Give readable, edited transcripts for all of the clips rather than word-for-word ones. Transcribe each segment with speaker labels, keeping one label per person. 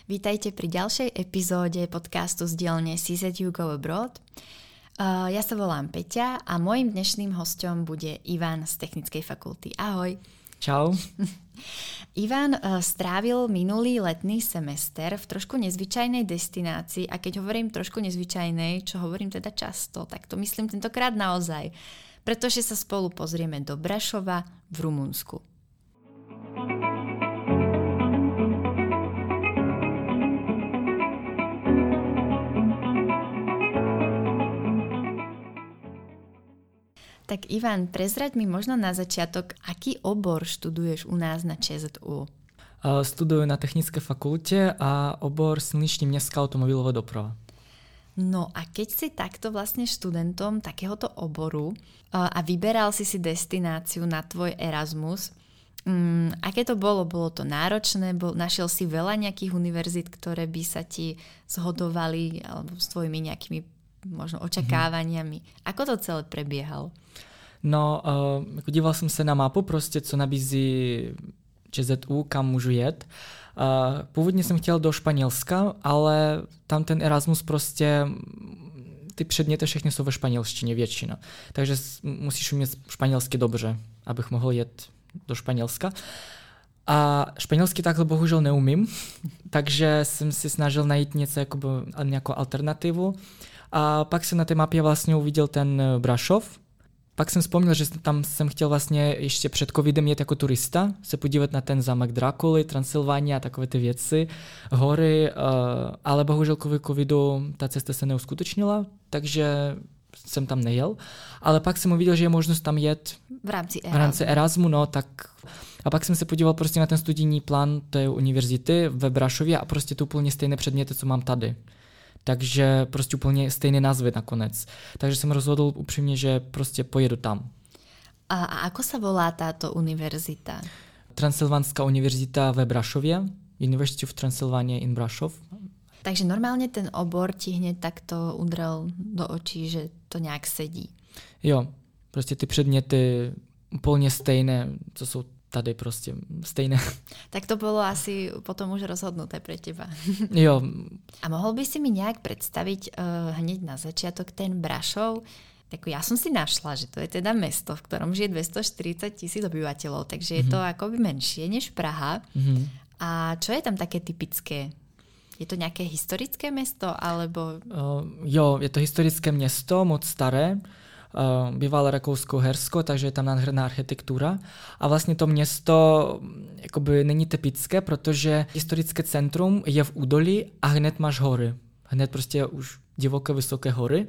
Speaker 1: Vítajte pri ďalšej epizóde podcastu z dielne CZU Go Abroad. Ja sa volám Peťa a môjim dnešným hosťom bude Ivan z Technickej fakulty. Ahoj.
Speaker 2: Čau.
Speaker 1: Ivan strávil minulý letný semester v trošku nezvyčajnej destinácii a keď hovorím trošku nezvyčajnej, čo hovorím teda často, tak to myslím tentokrát naozaj, pretože sa spolu pozrieme do Brašova v Rumunsku. Tak Ivan, prezraď mi možno na začiatok, aký obor študuješ u nás na ČZU?
Speaker 2: Studuju na Technické fakultě a obor silniční městská automobilová doprava.
Speaker 1: No a keď si takto vlastne študentom takéhoto oboru a vyberal si destináciu na tvoj Erasmus, aké to bolo? Bolo to náročné? Našiel si veľa nejakých univerzít, ktoré by sa ti zhodovali alebo s tvojimi nejakými možno očekávaniami? Ako to celé prebiehalo?
Speaker 2: No, jako díval jsem se na mapu prostě, co nabízí ČZU, kam můžu jet. Původně jsem chtěl do Španělska, ale tam ten Erasmus prostě, ty předměty všechny jsou ve španělštině, většina. Takže musíš umět španělsky dobře, abych mohl jet do Španělska. A španělsky takhle bohužel neumím, takže jsem si snažil najít něco jako nějakou alternativu. A pak jsem na té mapě vlastně uviděl ten Brašov. Pak jsem vzpomněl, že tam jsem chtěl vlastně ještě před covidem jet jako turista, se podívat na ten zámek Drákuly, Transylvánia a takové ty věci, hory, ale bohužel kvůli covidu ta cesta se neuskutečnila, takže jsem tam nejel. Ale pak jsem uviděl, že je možnost tam jet
Speaker 1: v rámci
Speaker 2: Erasmu, no tak. A pak jsem se podíval prostě na ten studijní plán té univerzity ve Brašově a prostě to úplně stejné předměty, co mám tady. Takže prostě úplně stejné názvy nakonec. Takže jsem rozhodl upřímně, že prostě pojedu tam.
Speaker 1: A ako sa volá táto univerzita?
Speaker 2: Transylvánská univerzita ve Brašově, University of Transylvania in Brašov.
Speaker 1: Takže normálně ten obor ti hned takto udrel do očí, že to nějak sedí.
Speaker 2: Jo, prostě ty předměty úplně stejné, co jsou tady prostě stejné.
Speaker 1: Tak to bolo asi potom už rozhodnuté pre teba.
Speaker 2: Jo.
Speaker 1: A mohol by si mi nejak predstaviť hneď na začiatok ten Brašov? Tak ja som si našla, že to je teda mesto, v ktorom žije 240 000 obyvateľov, takže je to akoby menšie než Praha. A čo je tam také typické? Je to nějaké historické město, alebo...
Speaker 2: Jo, je to historické město, moc staré. Bývalé Rakousko-Uhersko, takže je tam nádherná architektura. A vlastně to město jakoby není typické, protože historické centrum je v údolí a hned máš hory. Hned prostě už divoké vysoké hory.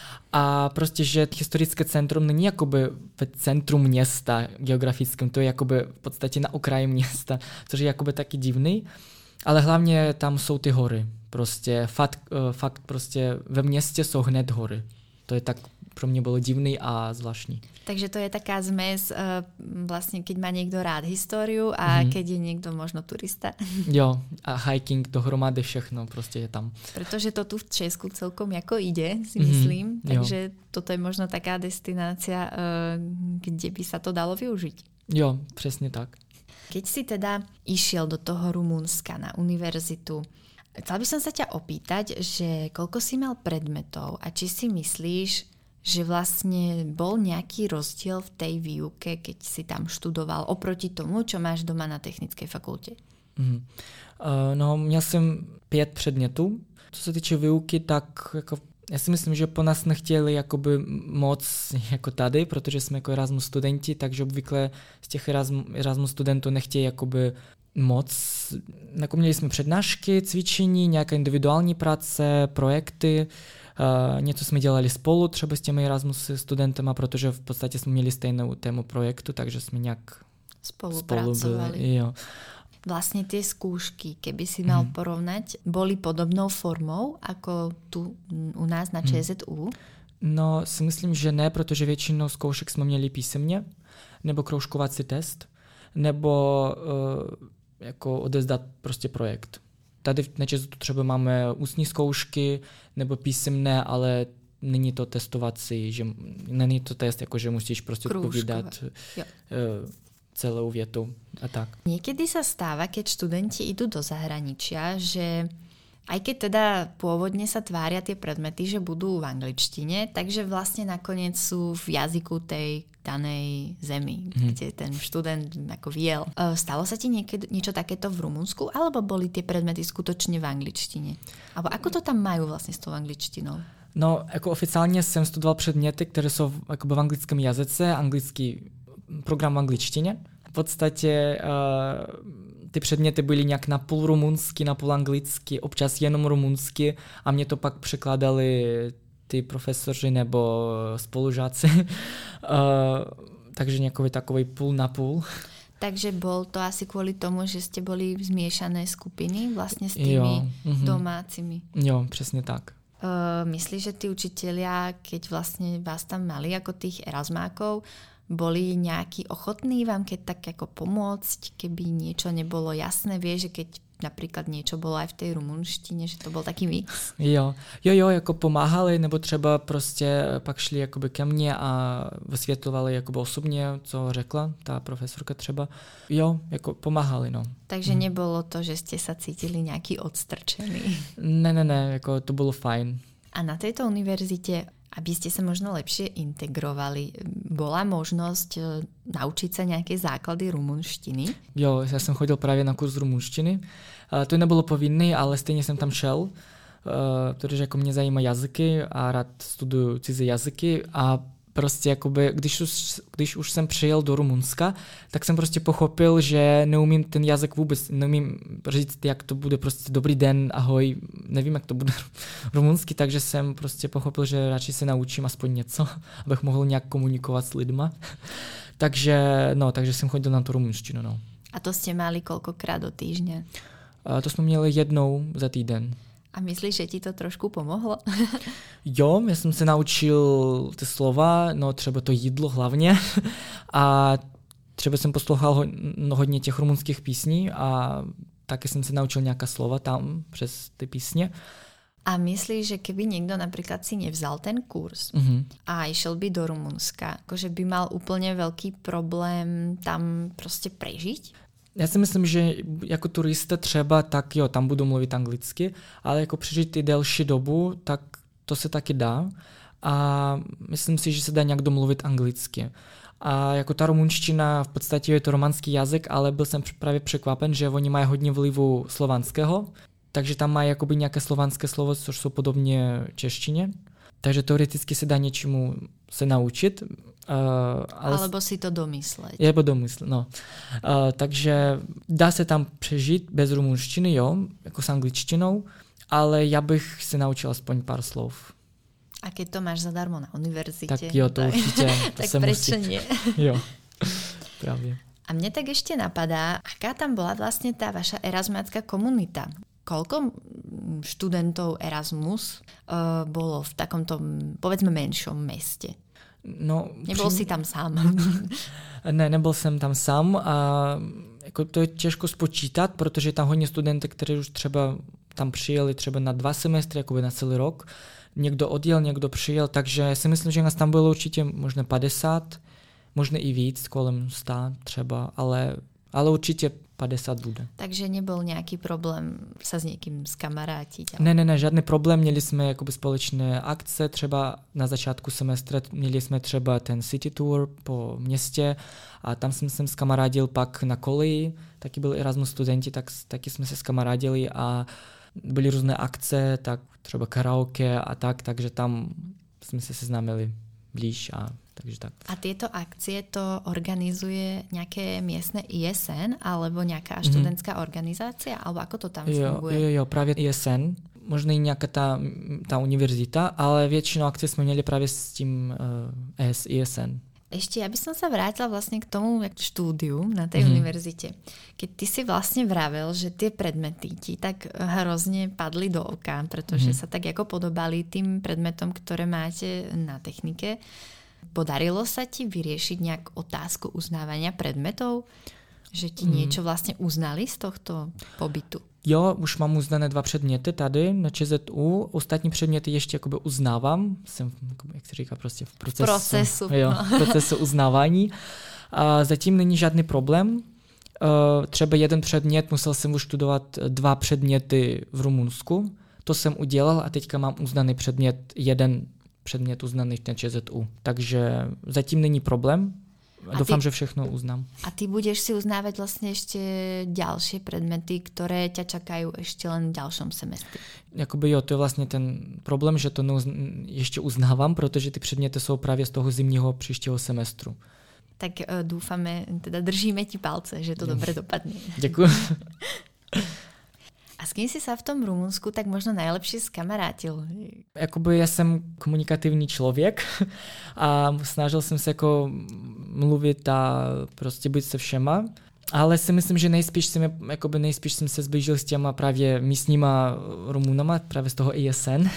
Speaker 2: A prostě, že historické centrum není jakoby v centru města geografickém, to je jakoby v podstatě na okraji města, což je jakoby taky divný. Ale hlavně tam jsou ty hory. Prostě fakt prostě ve městě jsou hned hory. To je tak pro mě bylo divný a zvláštní.
Speaker 1: Takže to je taká zmes vlastne, keď má niekto rád históriu a keď je niekto možno turista.
Speaker 2: Jo, a hiking dohromady všechno prostě je tam.
Speaker 1: Protože to tu v Česku celkom jako ide, si myslím. Takže toto je možno taká destinácia, kde by sa to dalo využiť.
Speaker 2: Jo, přesně tak.
Speaker 1: Keď si teda išiel do toho Rumunska na univerzitu, chcel by som sa ťa opýtať, že koľko si mal predmetov a či si myslíš, že vlastne bol nejaký rozdiel v tej výuke, keď si tam študoval oproti tomu, čo máš doma na Technické fakultě?
Speaker 2: No, měl jsem 5 předmětů. Co se týče výuky, tak jako, já si myslím, že po nás nechtěli jakoby moc jako tady, protože jsme jako Erasmus studenti, takže obvykle z těch Erasmus studentů nechtějí jakoby moc. Jako měli jsme přednášky, cvičení, nějaké individuální práce, projekty. Něco jsme dělali spolu třeba s těmi Erasmus studentama, protože v podstatě jsme měli stejnou tému projektu, takže jsme nějak
Speaker 1: spolupracovali.
Speaker 2: Jo.
Speaker 1: Vlastne tie skúšky, keby si mal porovnať, boli podobnou formou ako tu u nás na ČZU?
Speaker 2: No, si myslím, že ne, protože většinou zkoušek jsme měli písemně, nebo kroužkovací test, nebo jako odevzdat prostě projekt. Tady na ČZU třeba máme ústní zkoušky nebo písemné, ale není to testovací, že není to test, jako že musíš prostě odpovídat celou větu a tak.
Speaker 1: Niekedy sa stáva, keď študenti idú do zahraničia, že aj keď teda pôvodne sa tvária tie predmety, že budú v angličtine, takže vlastne nakoniec sú v jazyku tej danej zemi, kde ten študent ako viel. Stalo sa ti niekedy niečo takéto v Rumunsku, alebo boli tie predmety skutočne v angličtine? Alebo ako to tam majú vlastne s tou angličtinou?
Speaker 2: No, jako oficiálně jsem studoval předměty, které jsou v anglickém jazyce, anglický program v angličtině. V podstatě ty předměty byly nějak napůl rumunsky, napůl anglicky, občas jenom rumunsky a mě to pak překládali ty profesoři nebo spolužáci. Takže nějaký takový půl na půl.
Speaker 1: Takže bol to asi kvôli tomu, že ste boli zmiešané skupiny vlastne s tými domácimi.
Speaker 2: Jo, přesně tak.
Speaker 1: Myslíš, že tí učitelia, keď vlastne vás tam mali ako tých erasmákov, boli nejakí ochotní vám keď tak ako pomôcť, keby niečo nebolo jasné? Vieš, že keď napríklad niečo bolo aj v tej rumunštine, že to bol taký mix?
Speaker 2: Jo, jako pomáhali, nebo třeba prostě pak šli jakoby ke mně a vysvětlovali jakoby osobně, co řekla ta profesorka třeba. Jo, jako pomáhali, no.
Speaker 1: Takže nebolo to, že ste sa cítili nejaký odstrčený?
Speaker 2: Ne, jako to bylo fajn.
Speaker 1: A na tejto univerzite, aby ste sa možno lepšie integrovali, bola možnosť naučiť sa nejaké základy rumunštiny?
Speaker 2: Jo, já jsem chodil právě na kurz rumunštiny. To nebylo povinný, ale stejně jsem tam šel, protože jako mě zajímají jazyky a rád studuju cizí jazyky a prostě jakoby, když už jsem přijel do Rumunska, tak jsem prostě pochopil, že neumím ten jazyk vůbec, neumím říct, jak to bude prostě dobrý den, ahoj, nevím, jak to bude rumunsky, takže jsem prostě pochopil, že radši se naučím aspoň něco, abych mohl nějak komunikovat s lidma. takže jsem chodil na tu rumunštinu, no.
Speaker 1: A to ste mali koľkokrát do týždňa?
Speaker 2: To jsme měli jednou za týden.
Speaker 1: A myslíš, že ti to trošku pomohlo?
Speaker 2: Jo, já jsem se naučil ty slova, no třeba to jídlo hlavně a třeba jsem poslouchal hodně těch rumunských písní a taky jsem se naučil nějaká slova tam přes ty písně.
Speaker 1: A myslíš, že keby niekto napríklad si nevzal ten kurz a išiel by do Rumunska, akože by mal úplne veľký problém tam prostě prežiť?
Speaker 2: Já si myslím, že jako turista třeba, tak jo, tam budu mluvit anglicky, ale jako přežít i delší dobu, tak to se taky dá. A myslím si, že se dá nějak domluvit anglicky. A jako ta rumunština, v podstatě je to románský jazyk, ale byl jsem právě překvapen, že oni mají hodně vlivu slovanského, takže tam mají jakoby nějaké slovanské slovo, což jsou podobně češtině. Takže teoreticky se dá něčemu se naučit.
Speaker 1: Alebo si to domyslet.
Speaker 2: Nebo domyslet, no. Takže dá se tam přežít bez rumunštiny, jo, jako s angličtinou, ale já bych se naučil aspoň pár slov.
Speaker 1: A keď to máš zadarmo na univerzitě.
Speaker 2: Tak jo, to určitě. To
Speaker 1: tak
Speaker 2: se
Speaker 1: prečo
Speaker 2: musí.
Speaker 1: nie?
Speaker 2: Jo, právě.
Speaker 1: A mne tak ešte napadá, aká tam bola vlastne tá vaša erasmácka komunita? Koľko študentov Erasmus bolo v takomto, povedzme, menšom meste?
Speaker 2: No,
Speaker 1: Nebyl jsi tam sám?
Speaker 2: Ne, nebyl jsem tam sám a jako to je těžko spočítat, protože je tam hodně studentů, kteří už třeba tam přijeli třeba na 2 semestry, jakoby na celý rok. Někdo odjel, někdo přijel, takže si myslím, že nás tam bylo určitě možná 50, možná i víc, kolem 100 třeba, ale určitě 50 bude.
Speaker 1: Takže nebyl nějaký problém se s někým zkamarátit?
Speaker 2: Ale... Ne, žádný problém. Měli jsme jakoby společné akce, třeba na začátku semestra měli jsme třeba ten city tour po městě a tam jsem se zkamarádil pak na koleji, taky byli Erasmus studenti, taky jsme se zkamarádili a byly různé akce, tak třeba karaoke a tak, takže tam jsme se seznámili blíž a takže tak.
Speaker 1: A tieto akcie to organizuje nejaké miestne ISN alebo nejaká študentská organizácia? Alebo ako to tam funguje?
Speaker 2: Jo, právě ISN. Možná i nějaká ta univerzita, ale většinou akcie jsme měli právě s tím ISN.
Speaker 1: Ešte, ja by som sa vrátila vlastne k tomu štúdiu na tej univerzite. Keď ty si vlastne vravel, že tie predmety ti tak hrozne padli do oka, pretože sa tak ako podobali tým predmetom, ktoré máte na technike. Podarilo sa ti vyriešiť nejak otázku uznávania predmetov? Že ti niečo vlastne uznali z tohto pobytu?
Speaker 2: Jo, už mám uznané 2 předměty tady na ČZU. Ostatní předměty ještě jakoby uznávám. Jsem, jak se říká, prostě v procesu.
Speaker 1: V procesu.
Speaker 2: Jo, v procesu uznávání. A zatím není žádný problém. Třeba jeden předmět, musel jsem už studovat 2 předměty v Rumunsku. To jsem udělal a teďka mám uznaný předmět, jeden předmět uznaný na ČZU. Takže zatím není problém. Dúfam, že všechno uznám.
Speaker 1: A ty budeš si uznávať vlastne ešte ďalšie predmety, ktoré ťa čakajú ešte len v ďalšom semestri.
Speaker 2: Jakoby jo, to je vlastně ten problém, že to ještě uznávám, protože ty předměty jsou právě z toho zimního příštího semestru.
Speaker 1: Tak dúfame, teda držíme ti palce, že to dobre dopadne.
Speaker 2: Děkuji.
Speaker 1: A s kým si sa v tom Rumunsku tak možno najlepšie skamarátil?
Speaker 2: Jakoby já jsem komunikativní člověk a snažil jsem se jako mluvit a prostě být se všema. Ale si myslím, že nejspíš jsem se zblížil s těma právě místníma Rumunama, právě z toho ISN.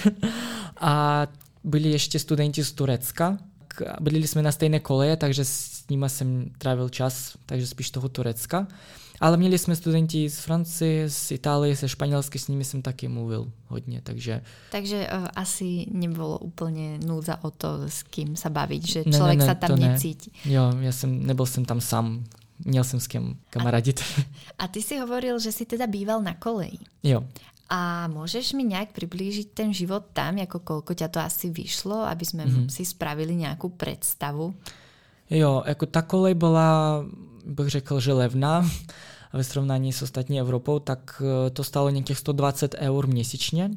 Speaker 2: A byli ještě studenti z Turecka. Byli jsme na stejné koleje, takže s nima jsem trávil čas, takže spíš toho Turecka. Ale měli jsme studenti z Francie, z Itálie, ze Španělsky, s nimi jsem taky mluvil hodně, takže...
Speaker 1: Takže asi nebolo úplne núdza o to, s kým sa baviť, že človek sa tam necíti.
Speaker 2: Jo, nebyl jsem tam sám, měl jsem s kým kamaradit.
Speaker 1: A ty si hovoril, že si teda býval na koleji.
Speaker 2: Jo.
Speaker 1: A môžeš mi nejak priblížiť ten život tam, ako koľko ťa to asi vyšlo, aby sme si spravili nejakú predstavu?
Speaker 2: Jo, jako ta kolej byla, bych řekl, že levná ve srovnání s ostatní Evropou, tak to stálo nějakých 120 eur měsíčně,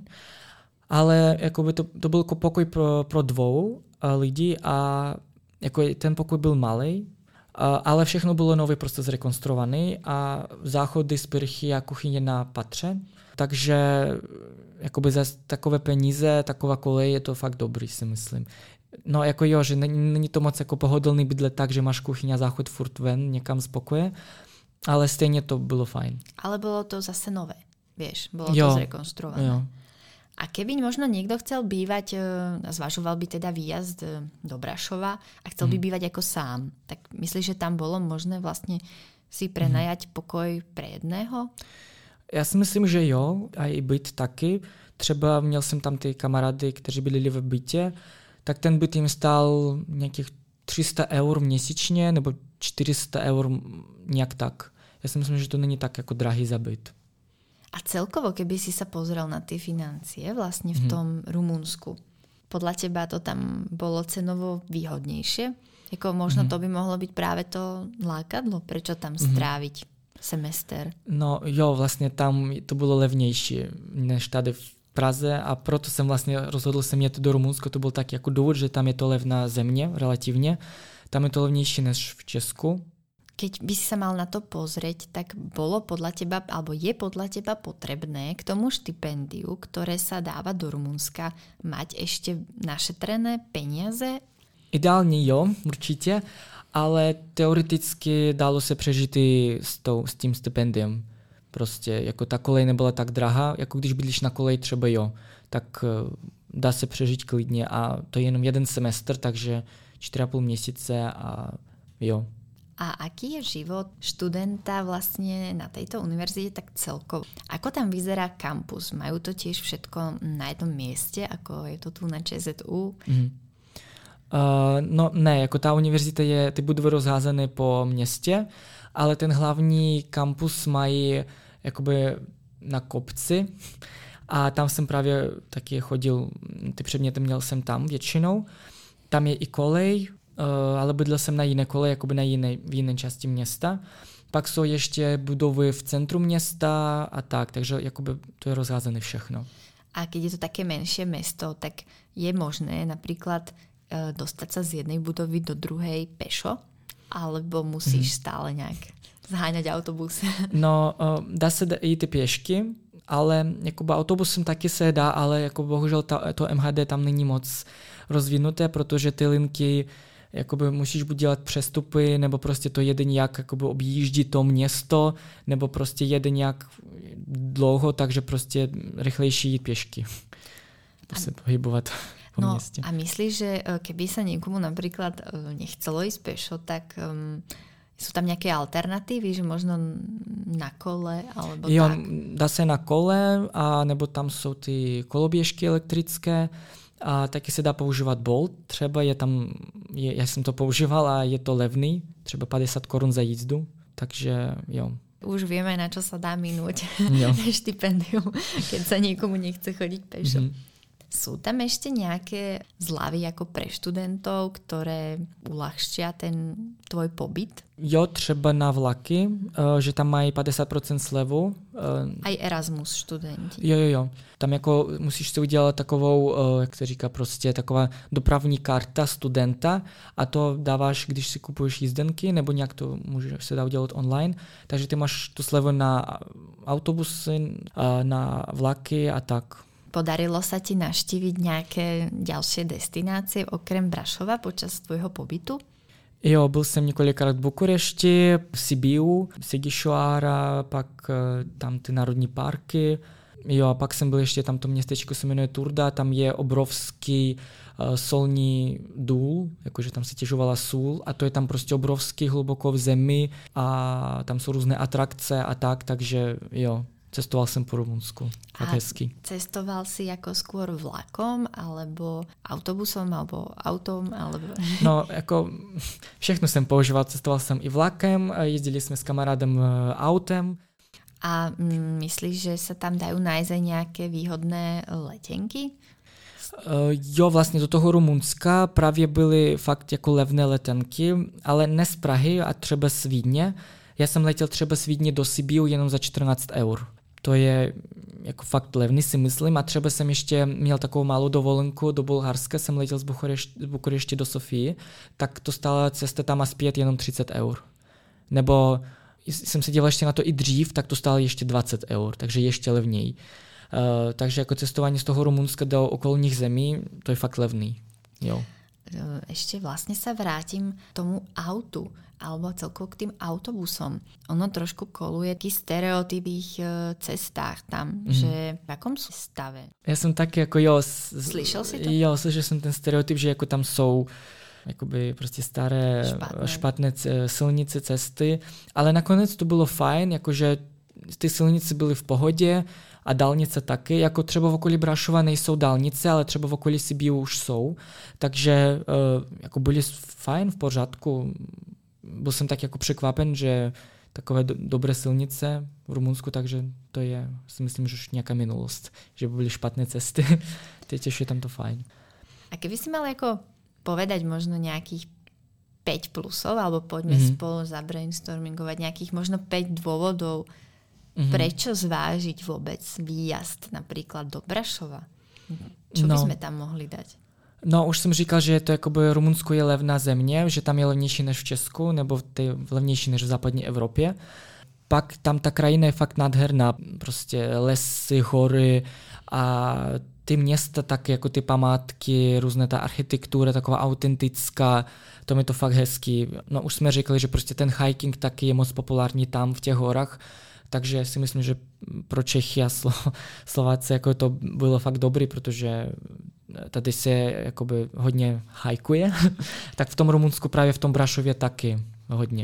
Speaker 2: ale jakoby to byl pokoj pro 2 lidí a jako ten pokoj byl malý, ale všechno bylo nově prostě zrekonstruovaný a záchody, sprchy a kuchyně na patře, takže jakoby za takové peníze, taková kolej je to fakt dobrý, si myslím. No jako jo, že není to moc jako pohodlný bydlet tak, že máš kuchyň a záchod furt ven někam z pokoje, ale stejně to bylo fajn.
Speaker 1: Ale bylo to zase nové, vieš, bylo to zrekonstruované.
Speaker 2: Jo.
Speaker 1: A keby možno niekto chcel bývať, zvažoval by teda výjazd do Brašova a chcel by bývať ako sám, tak myslíš, že tam bolo možné vlastne si prenajať pokoj pre jedného?
Speaker 2: Já si myslím, že jo, a i byt taky. Třeba měl jsem tam ty kamarády, kteří bydleli v bytě, tak ten byt jim stál nějakých 300 eur měsíčně nebo 400 eur nějak tak. Já si myslím, že to není tak jako drahý za byt.
Speaker 1: A celkovo, keby si sa pozrel na tie financie vlastne v tom Rumunsku, podľa teba to tam bolo cenovo výhodnejšie? Jako možno to by mohlo byť práve to lákadlo, prečo tam stráviť semester?
Speaker 2: No jo, vlastně tam to bylo levnější než tady v Praze a proto jsem vlastně rozhodl se jet do Rumunska. To byl tak jako důvod, že tam je to levná země relativně. Tam je to levnější než v Česku.
Speaker 1: Keď by si sa mal na to pozrieť, tak bolo podľa teba, alebo je podľa teba potrebné k tomu štipendiu, ktoré sa dáva do Rumunska, mať ešte našetrené peniaze?
Speaker 2: Ideálně jo, určitě, ale teoreticky dalo se přežít i s tím stipendiem. Prostě jako ta kolej nebyla tak drahá, jako když bydlíš na koleji třeba jo, tak dá se přežít klidně a to je jenom jeden semestr, takže 4,5 měsíce a jo.
Speaker 1: A aký je život študenta vlastne na tejto univerzite tak celkovo? Ako tam vyzerá kampus? Majú to tiež všetko na jednom mieste, ako je to tu na ČZU?
Speaker 2: No ne, jako ta univerzita je, ty budovy rozházené po městě, ale ten hlavní kampus mají jakoby na kopci a tam jsem právě taky chodil, ty předměty měl jsem tam většinou. Tam je i kolej, ale bydlel jsem na jiné koleji, jakoby v jiné části města. Pak jsou ještě budovy v centru města a tak, takže jakoby to je rozházené všechno.
Speaker 1: A keď je to také menšie mesto, tak je možné napríklad dostať sa z jednej budovy do druhej pešo? Alebo musíš stále nějak zháňať autobus?
Speaker 2: No, dá se jít i pěšky, ale jakoby autobusem taky se dá, ale jako bohužel to MHD tam není moc rozvinuté, protože ty linky jakoby musíš buď dělat přestupy, nebo prostě to jede nějak jakoby objíždí to město, nebo prostě jede nějak dlouho, takže prostě rychlejší jít pěšky. Se pohybovat po městě.
Speaker 1: A myslíš, že keby sa niekomu napríklad nechcelo ísť pešo, tak Sú tam nejaké alternatívy, že možno na kole alebo
Speaker 2: Jo,
Speaker 1: tak?
Speaker 2: dá se na kole, a nebo tam jsou ty koloběžky elektrické a taky se dá používat Bolt. Třeba já jsem to používal a je to levný, třeba 50 korun za jízdu, takže jo.
Speaker 1: Už vieme, na čo sa dá minúť
Speaker 2: Jo.
Speaker 1: štipendium, keď sa niekomu nechce chodiť pešo.
Speaker 2: Mhm.
Speaker 1: Sú tam ešte nejaké zľavy ako pre študentov, ktoré uľahčia ten tvoj pobyt?
Speaker 2: Jo, třeba na vlaky, že tam mají 50% slevu.
Speaker 1: Aj Erasmus študenti.
Speaker 2: Jo. Tam jako musíš si udělat takovou, jak se říká prostě, taková dopravní karta studenta a to dáváš, když si kupuješ jízdenky, nebo nějak to se dá udělat online. Takže ty máš tu slevu na autobusy, na vlaky a tak.
Speaker 1: Podarilo sa ti navštíviť nejaké ďalšie destinácie okrem Brašova počas tvojho pobytu?
Speaker 2: Jo, byl jsem několikrát v Bukurešti, v Sibiu, Sigishwara, pak tam ty národní parky. Jo, a pak jsem byl ještě tam to městečko se jmenuje Turda, tam je obrovský solní důl, jakože tam se těžovala sůl a to je tam prostě obrovský hluboko v zemi a tam jsou různé atrakce a tak, takže jo. Cestoval jsem po Rumunsku. Tak hezky.
Speaker 1: Cestoval si jako skôr vlakom, alebo autobusom, alebo autom, alebo...
Speaker 2: No, jako všechno jsem používal. Cestoval jsem i vlakem, jezdili jsme s kamarádem autem.
Speaker 1: A myslíš, že sa tam dajú nájsť aj nejaké výhodné letenky?
Speaker 2: Jo, vlastně do toho Rumunska právě byly fakt jako levné letenky, ale ne z Prahy a třeba z Vídně. Já jsem letěl třeba z Vídně do Sibiu jenom za 14 eur. To je jako fakt levný, si myslím. A třeba jsem ještě měl takovou malou dovolenku do Bulharska, jsem letěl z Bukurešti do Sofii, tak to stála cesta tam a zpět jenom 30 eur. Nebo jsem se díval ještě na to i dřív, tak to stálo ještě 20 eur, takže ještě levněji. Takže jako cestování z toho Rumunska do okolních zemí, to je fakt levný. Jo.
Speaker 1: Ešte vlastne sa vrátim k tomu autu alebo celkovo k tým autobusom. Ono trošku koluje taký stereotyp ich cestách tam, že v akom sú stave?
Speaker 2: Já jsem taky jako jo...
Speaker 1: Slyšel si to?
Speaker 2: Jo, slyšel jsem ten stereotyp, že jako tam jsou jakoby prostě staré, špatné silnice, cesty, ale nakonec to bylo fajn, jakože ty silnice byly v pohodě a dálnice taky, jako třeba v okolí Brašova nejsou dálnice, ale třeba v okolí Sibiu už jsou, takže jako byly fajn, v pořádku. Byl jsem tak jako překvapen, že takové dobré silnice v Rumunsku, takže to je, si myslím, že už nějaká minulost, že byly špatné cesty, teď už je tam to fajn.
Speaker 1: A keby si mal jako povedať možno nejakých 5 plusov, alebo poďme spolu zabrainstormingovať nejakých možno 5 dôvodov, prečo zvážiť vôbec výjazd napríklad do Brašova? Čo by sme tam mohli dať?
Speaker 2: No, už jsem říkal, že to jakoby Rumunsko je levná země, že tam je levnější než v Česku, nebo levnější než v západní Evropě. Pak tam ta krajina je fakt nádherná, prostě lesy, hory a ty města, tak jako ty památky, různé ta architektura, taková autentická, to je to fakt hezký. No už jsme říkali, že prostě ten hiking taky je moc populární tam v těch horách, takže si myslím, že pro Čechy a Slováci jako to bylo fakt dobrý, protože tady se jakoby hodně hajkuje, tak v tom Rumunsku právě v tom Brašově taky hodně.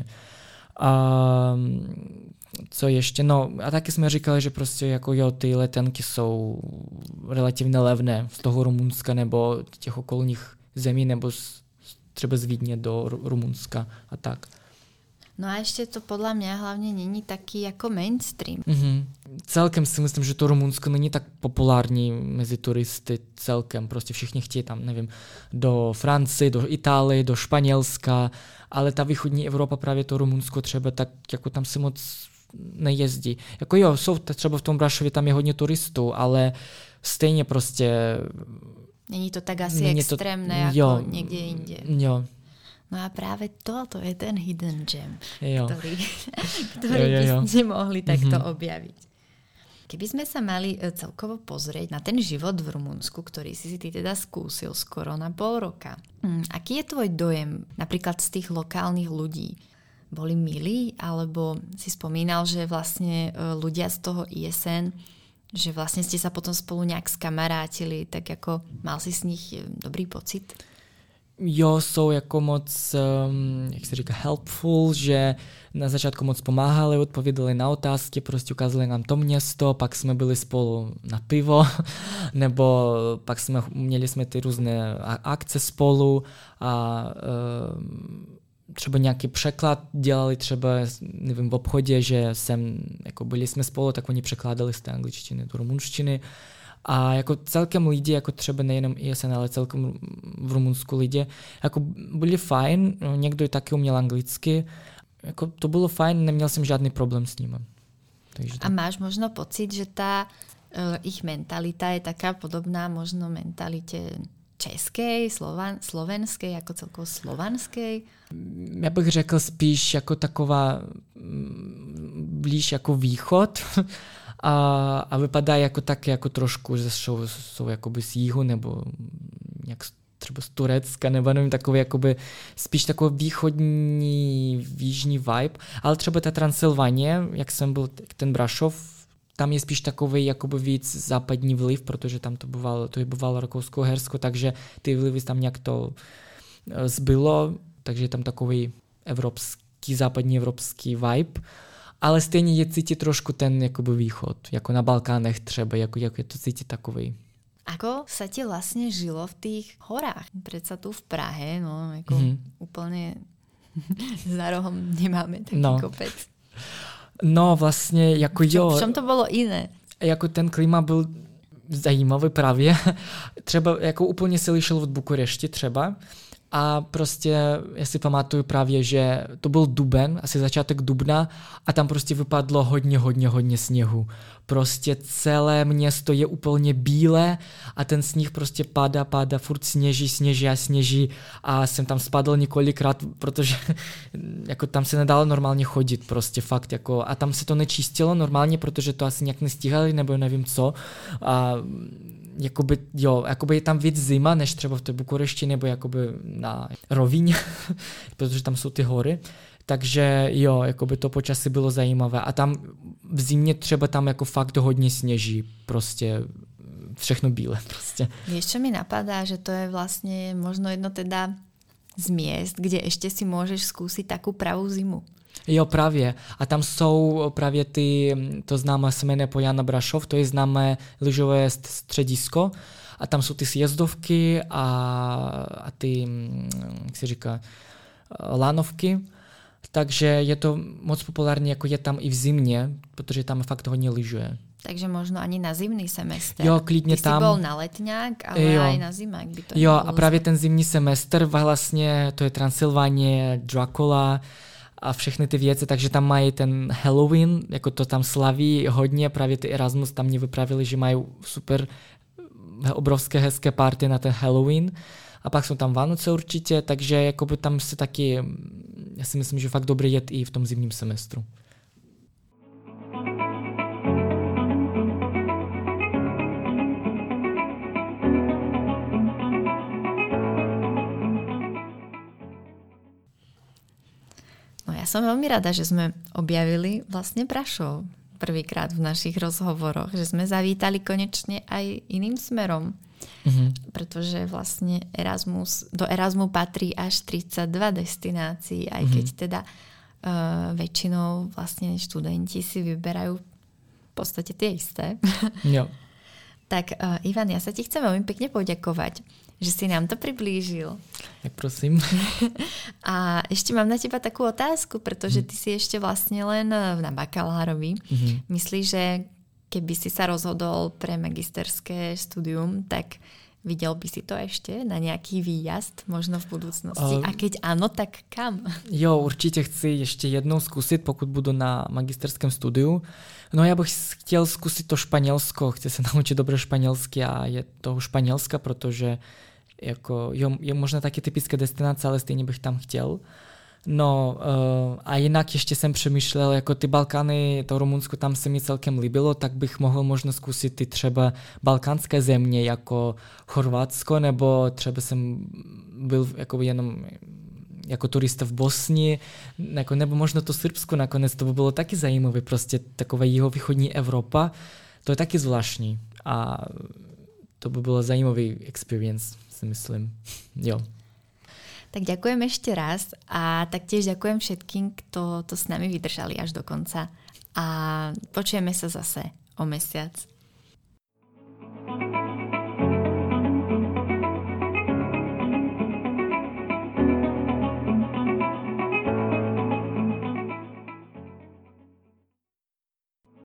Speaker 2: A co ještě? No a taky jsme říkali, že prostě jako jo, ty letenky jsou relativně levné z toho Rumunska nebo těch okolních zemí nebo třeba z Vídně do Rumunska a tak.
Speaker 1: No a ešte to podľa mňa hlavne není taký ako mainstream.
Speaker 2: Celkem si myslím, že to Rumunsko není tak populární mezi turisty celkem. Prostě všichni chtějí tam, nevím, do Francie, do Itálie, do Španělska, ale ta východní Evropa, právě to Rumunsko třeba, tak jako tam se moc nejezdí. Jako jo, jsou třeba v tom Brašově, tam je hodně turistů, ale stejně prostě...
Speaker 1: Není to tak asi extrémne ako niekde inde.
Speaker 2: Jo.
Speaker 1: No a práve toto je ten hidden gem,
Speaker 2: jo.
Speaker 1: ktorý by ste mohli takto objaviť. Keby sme sa mali celkovo pozrieť na ten život v Rumunsku, ktorý si ty teda skúsil skoro na pol roka. Aký je tvoj dojem napríklad z tých lokálnych ľudí? Boli milí? Alebo si spomínal, že vlastne ľudia z toho ISN, že vlastne ste sa potom spolu nejak skamarátili, tak ako mal si z nich dobrý pocit?
Speaker 2: Jo, jsou jako moc, jak se říká, helpful, že na začátku moc pomáhali, odpověděli na otázky, prostě ukázali nám to město, pak jsme byli spolu na pivo, nebo pak měli jsme ty různé akce spolu a třeba nějaký překlad dělali třeba, nevím, v obchodě, že jako byli jsme spolu, tak oni překládali z té angličtiny do rumunštiny. A jako celkem lidi, jako třeba nejenom ISN, ale celkem v Rumunsku lidi, jako byli fajn, někdo i taky uměl anglicky, jako to bylo fajn, neměl jsem žádný problém s nimi.
Speaker 1: A máš možno pocit, že ta ich mentalita je taká podobná možno mentalitě českej, slovenskej, jako celkovo slovanskej?
Speaker 2: Já bych řekl spíš jako taková blíž jako východ, a vypadá jako tak jako trošku, že jsou jakoby z jihu nebo nějak třeba z Turecka, nebo nevím, takový jakoby spíš takový východní, jižní vibe, ale třeba ta Transylvánie, jak jsem byl, ten Brašov, tam je spíš takový jakoby víc západní vliv, protože tam to bývalo Rakousko-Uhersko, takže ty vlivy tam nějak to zbylo, takže je tam takový evropský, západní evropský vibe. Ale stejně je cítit trošku ten jakoby východ, jako na Balkánech třeba, jako je to cítit takový.
Speaker 1: Ako sa ti vlastne žilo v tých horách? Predsa tu v Prahe, no jako úplne za rohom nemáme taký kopec.
Speaker 2: No vlastně jako
Speaker 1: v čom to bylo jiné?
Speaker 2: Jako ten klima byl zajímavý právě. Třeba jako úplně se lišil od Bukurešti třeba. A prostě já si pamatuju právě, že to byl duben, asi začátek dubna a tam prostě vypadlo hodně sněhu. Prostě celé město je úplně bílé a ten sníh prostě padá, furt sněží a jsem tam spadl několikrát, protože jako tam se nedalo normálně chodit prostě fakt jako a tam se to nečistilo normálně, protože to asi nějak nestíhali nebo nevím co a jakoby je tam víc zima, než třeba v té Bukurešti nebo jakoby na rovině, protože tam jsou ty hory. Takže jo, jakoby to počasí bylo zajímavé. A tam v zimě třeba tam jako fakt hodně sněží. Prostě všechno bílé prostě.
Speaker 1: Vieš, čo mi napadá, že to je vlastně možno jedno teda z miest, kde ještě si můžeš zkusit takú pravou zimu.
Speaker 2: Jo, právě. A tam jsou právě to známé se jmenuje Poljana Brašov, to je známé lyžové středisko a tam jsou ty sjezdovky a ty, jak se říká, lanovky. Takže je to moc populární, jako je tam i v zimě, protože tam fakt hodně lyžuje.
Speaker 1: Takže možno ani na zimný semestr.
Speaker 2: Jo, klidně
Speaker 1: Ty
Speaker 2: tam.
Speaker 1: Ty bol na letňák, ale aj na zimák by to
Speaker 2: jo, a právě ten zimní semestr vlastně, to je Transylvánie, Dracula a všechny ty věci, takže tam mají ten Halloween, jako to tam slaví hodně, právě ty Erasmus tam mě vypravili, že mají super obrovské hezké party na ten Halloween a pak jsou tam Vánoce určitě, takže jakoby tam se taky, já si myslím, že fakt dobré jet i v tom zimním semestru.
Speaker 1: Som veľmi rada, že sme objavili vlastne Brašov prvýkrát v našich rozhovoroch, že sme zavítali konečne aj iným smerom, pretože vlastne do Erasmu patrí až 32 destinácií, aj keď teda väčšinou vlastne študenti si vyberajú v podstate tie isté.
Speaker 2: Jo.
Speaker 1: Tak Ivan, ja sa ti chcem veľmi pekne poďakovať, že si nám to priblížil.
Speaker 2: Tak prosím.
Speaker 1: A ešte mám na teba takú otázku, pretože ty si ešte vlastne len na bakalárovi. Myslíš, že keby si sa rozhodol pre magisterské studium, tak videl by si to ešte na nejaký výjazd možno v budúcnosti? A keď áno, tak kam?
Speaker 2: Jo, určitě chci ještě jednou zkusit, pokud budu na magisterském studiu. No já bych chtěl zkusit to Španělsko, chci se naučit dobré španělsky a je toho Španělska, protože jako, jo, je možná taky typické destinace, ale stejně bych tam chtěl. No a jinak ještě jsem přemýšlel, jako ty Balkány, to Rumunsko tam se mi celkem líbilo, tak bych mohl možná zkusit ty třeba balkánské země jako Chorvatsko, nebo třeba jsem byl jako jenom jako turista v Bosni, jako, nebo možná to Srbsko nakonec, to by bylo taky zajímavé, prostě taková jihovýchodní Evropa, to je taky zvláštní a to by bylo zajímavý experience, si myslím, jo.
Speaker 1: Tak ďakujem ešte raz a taktiež ďakujem všetkým, kto to s nami vydržali až do konca. A počujeme sa zase o mesiac.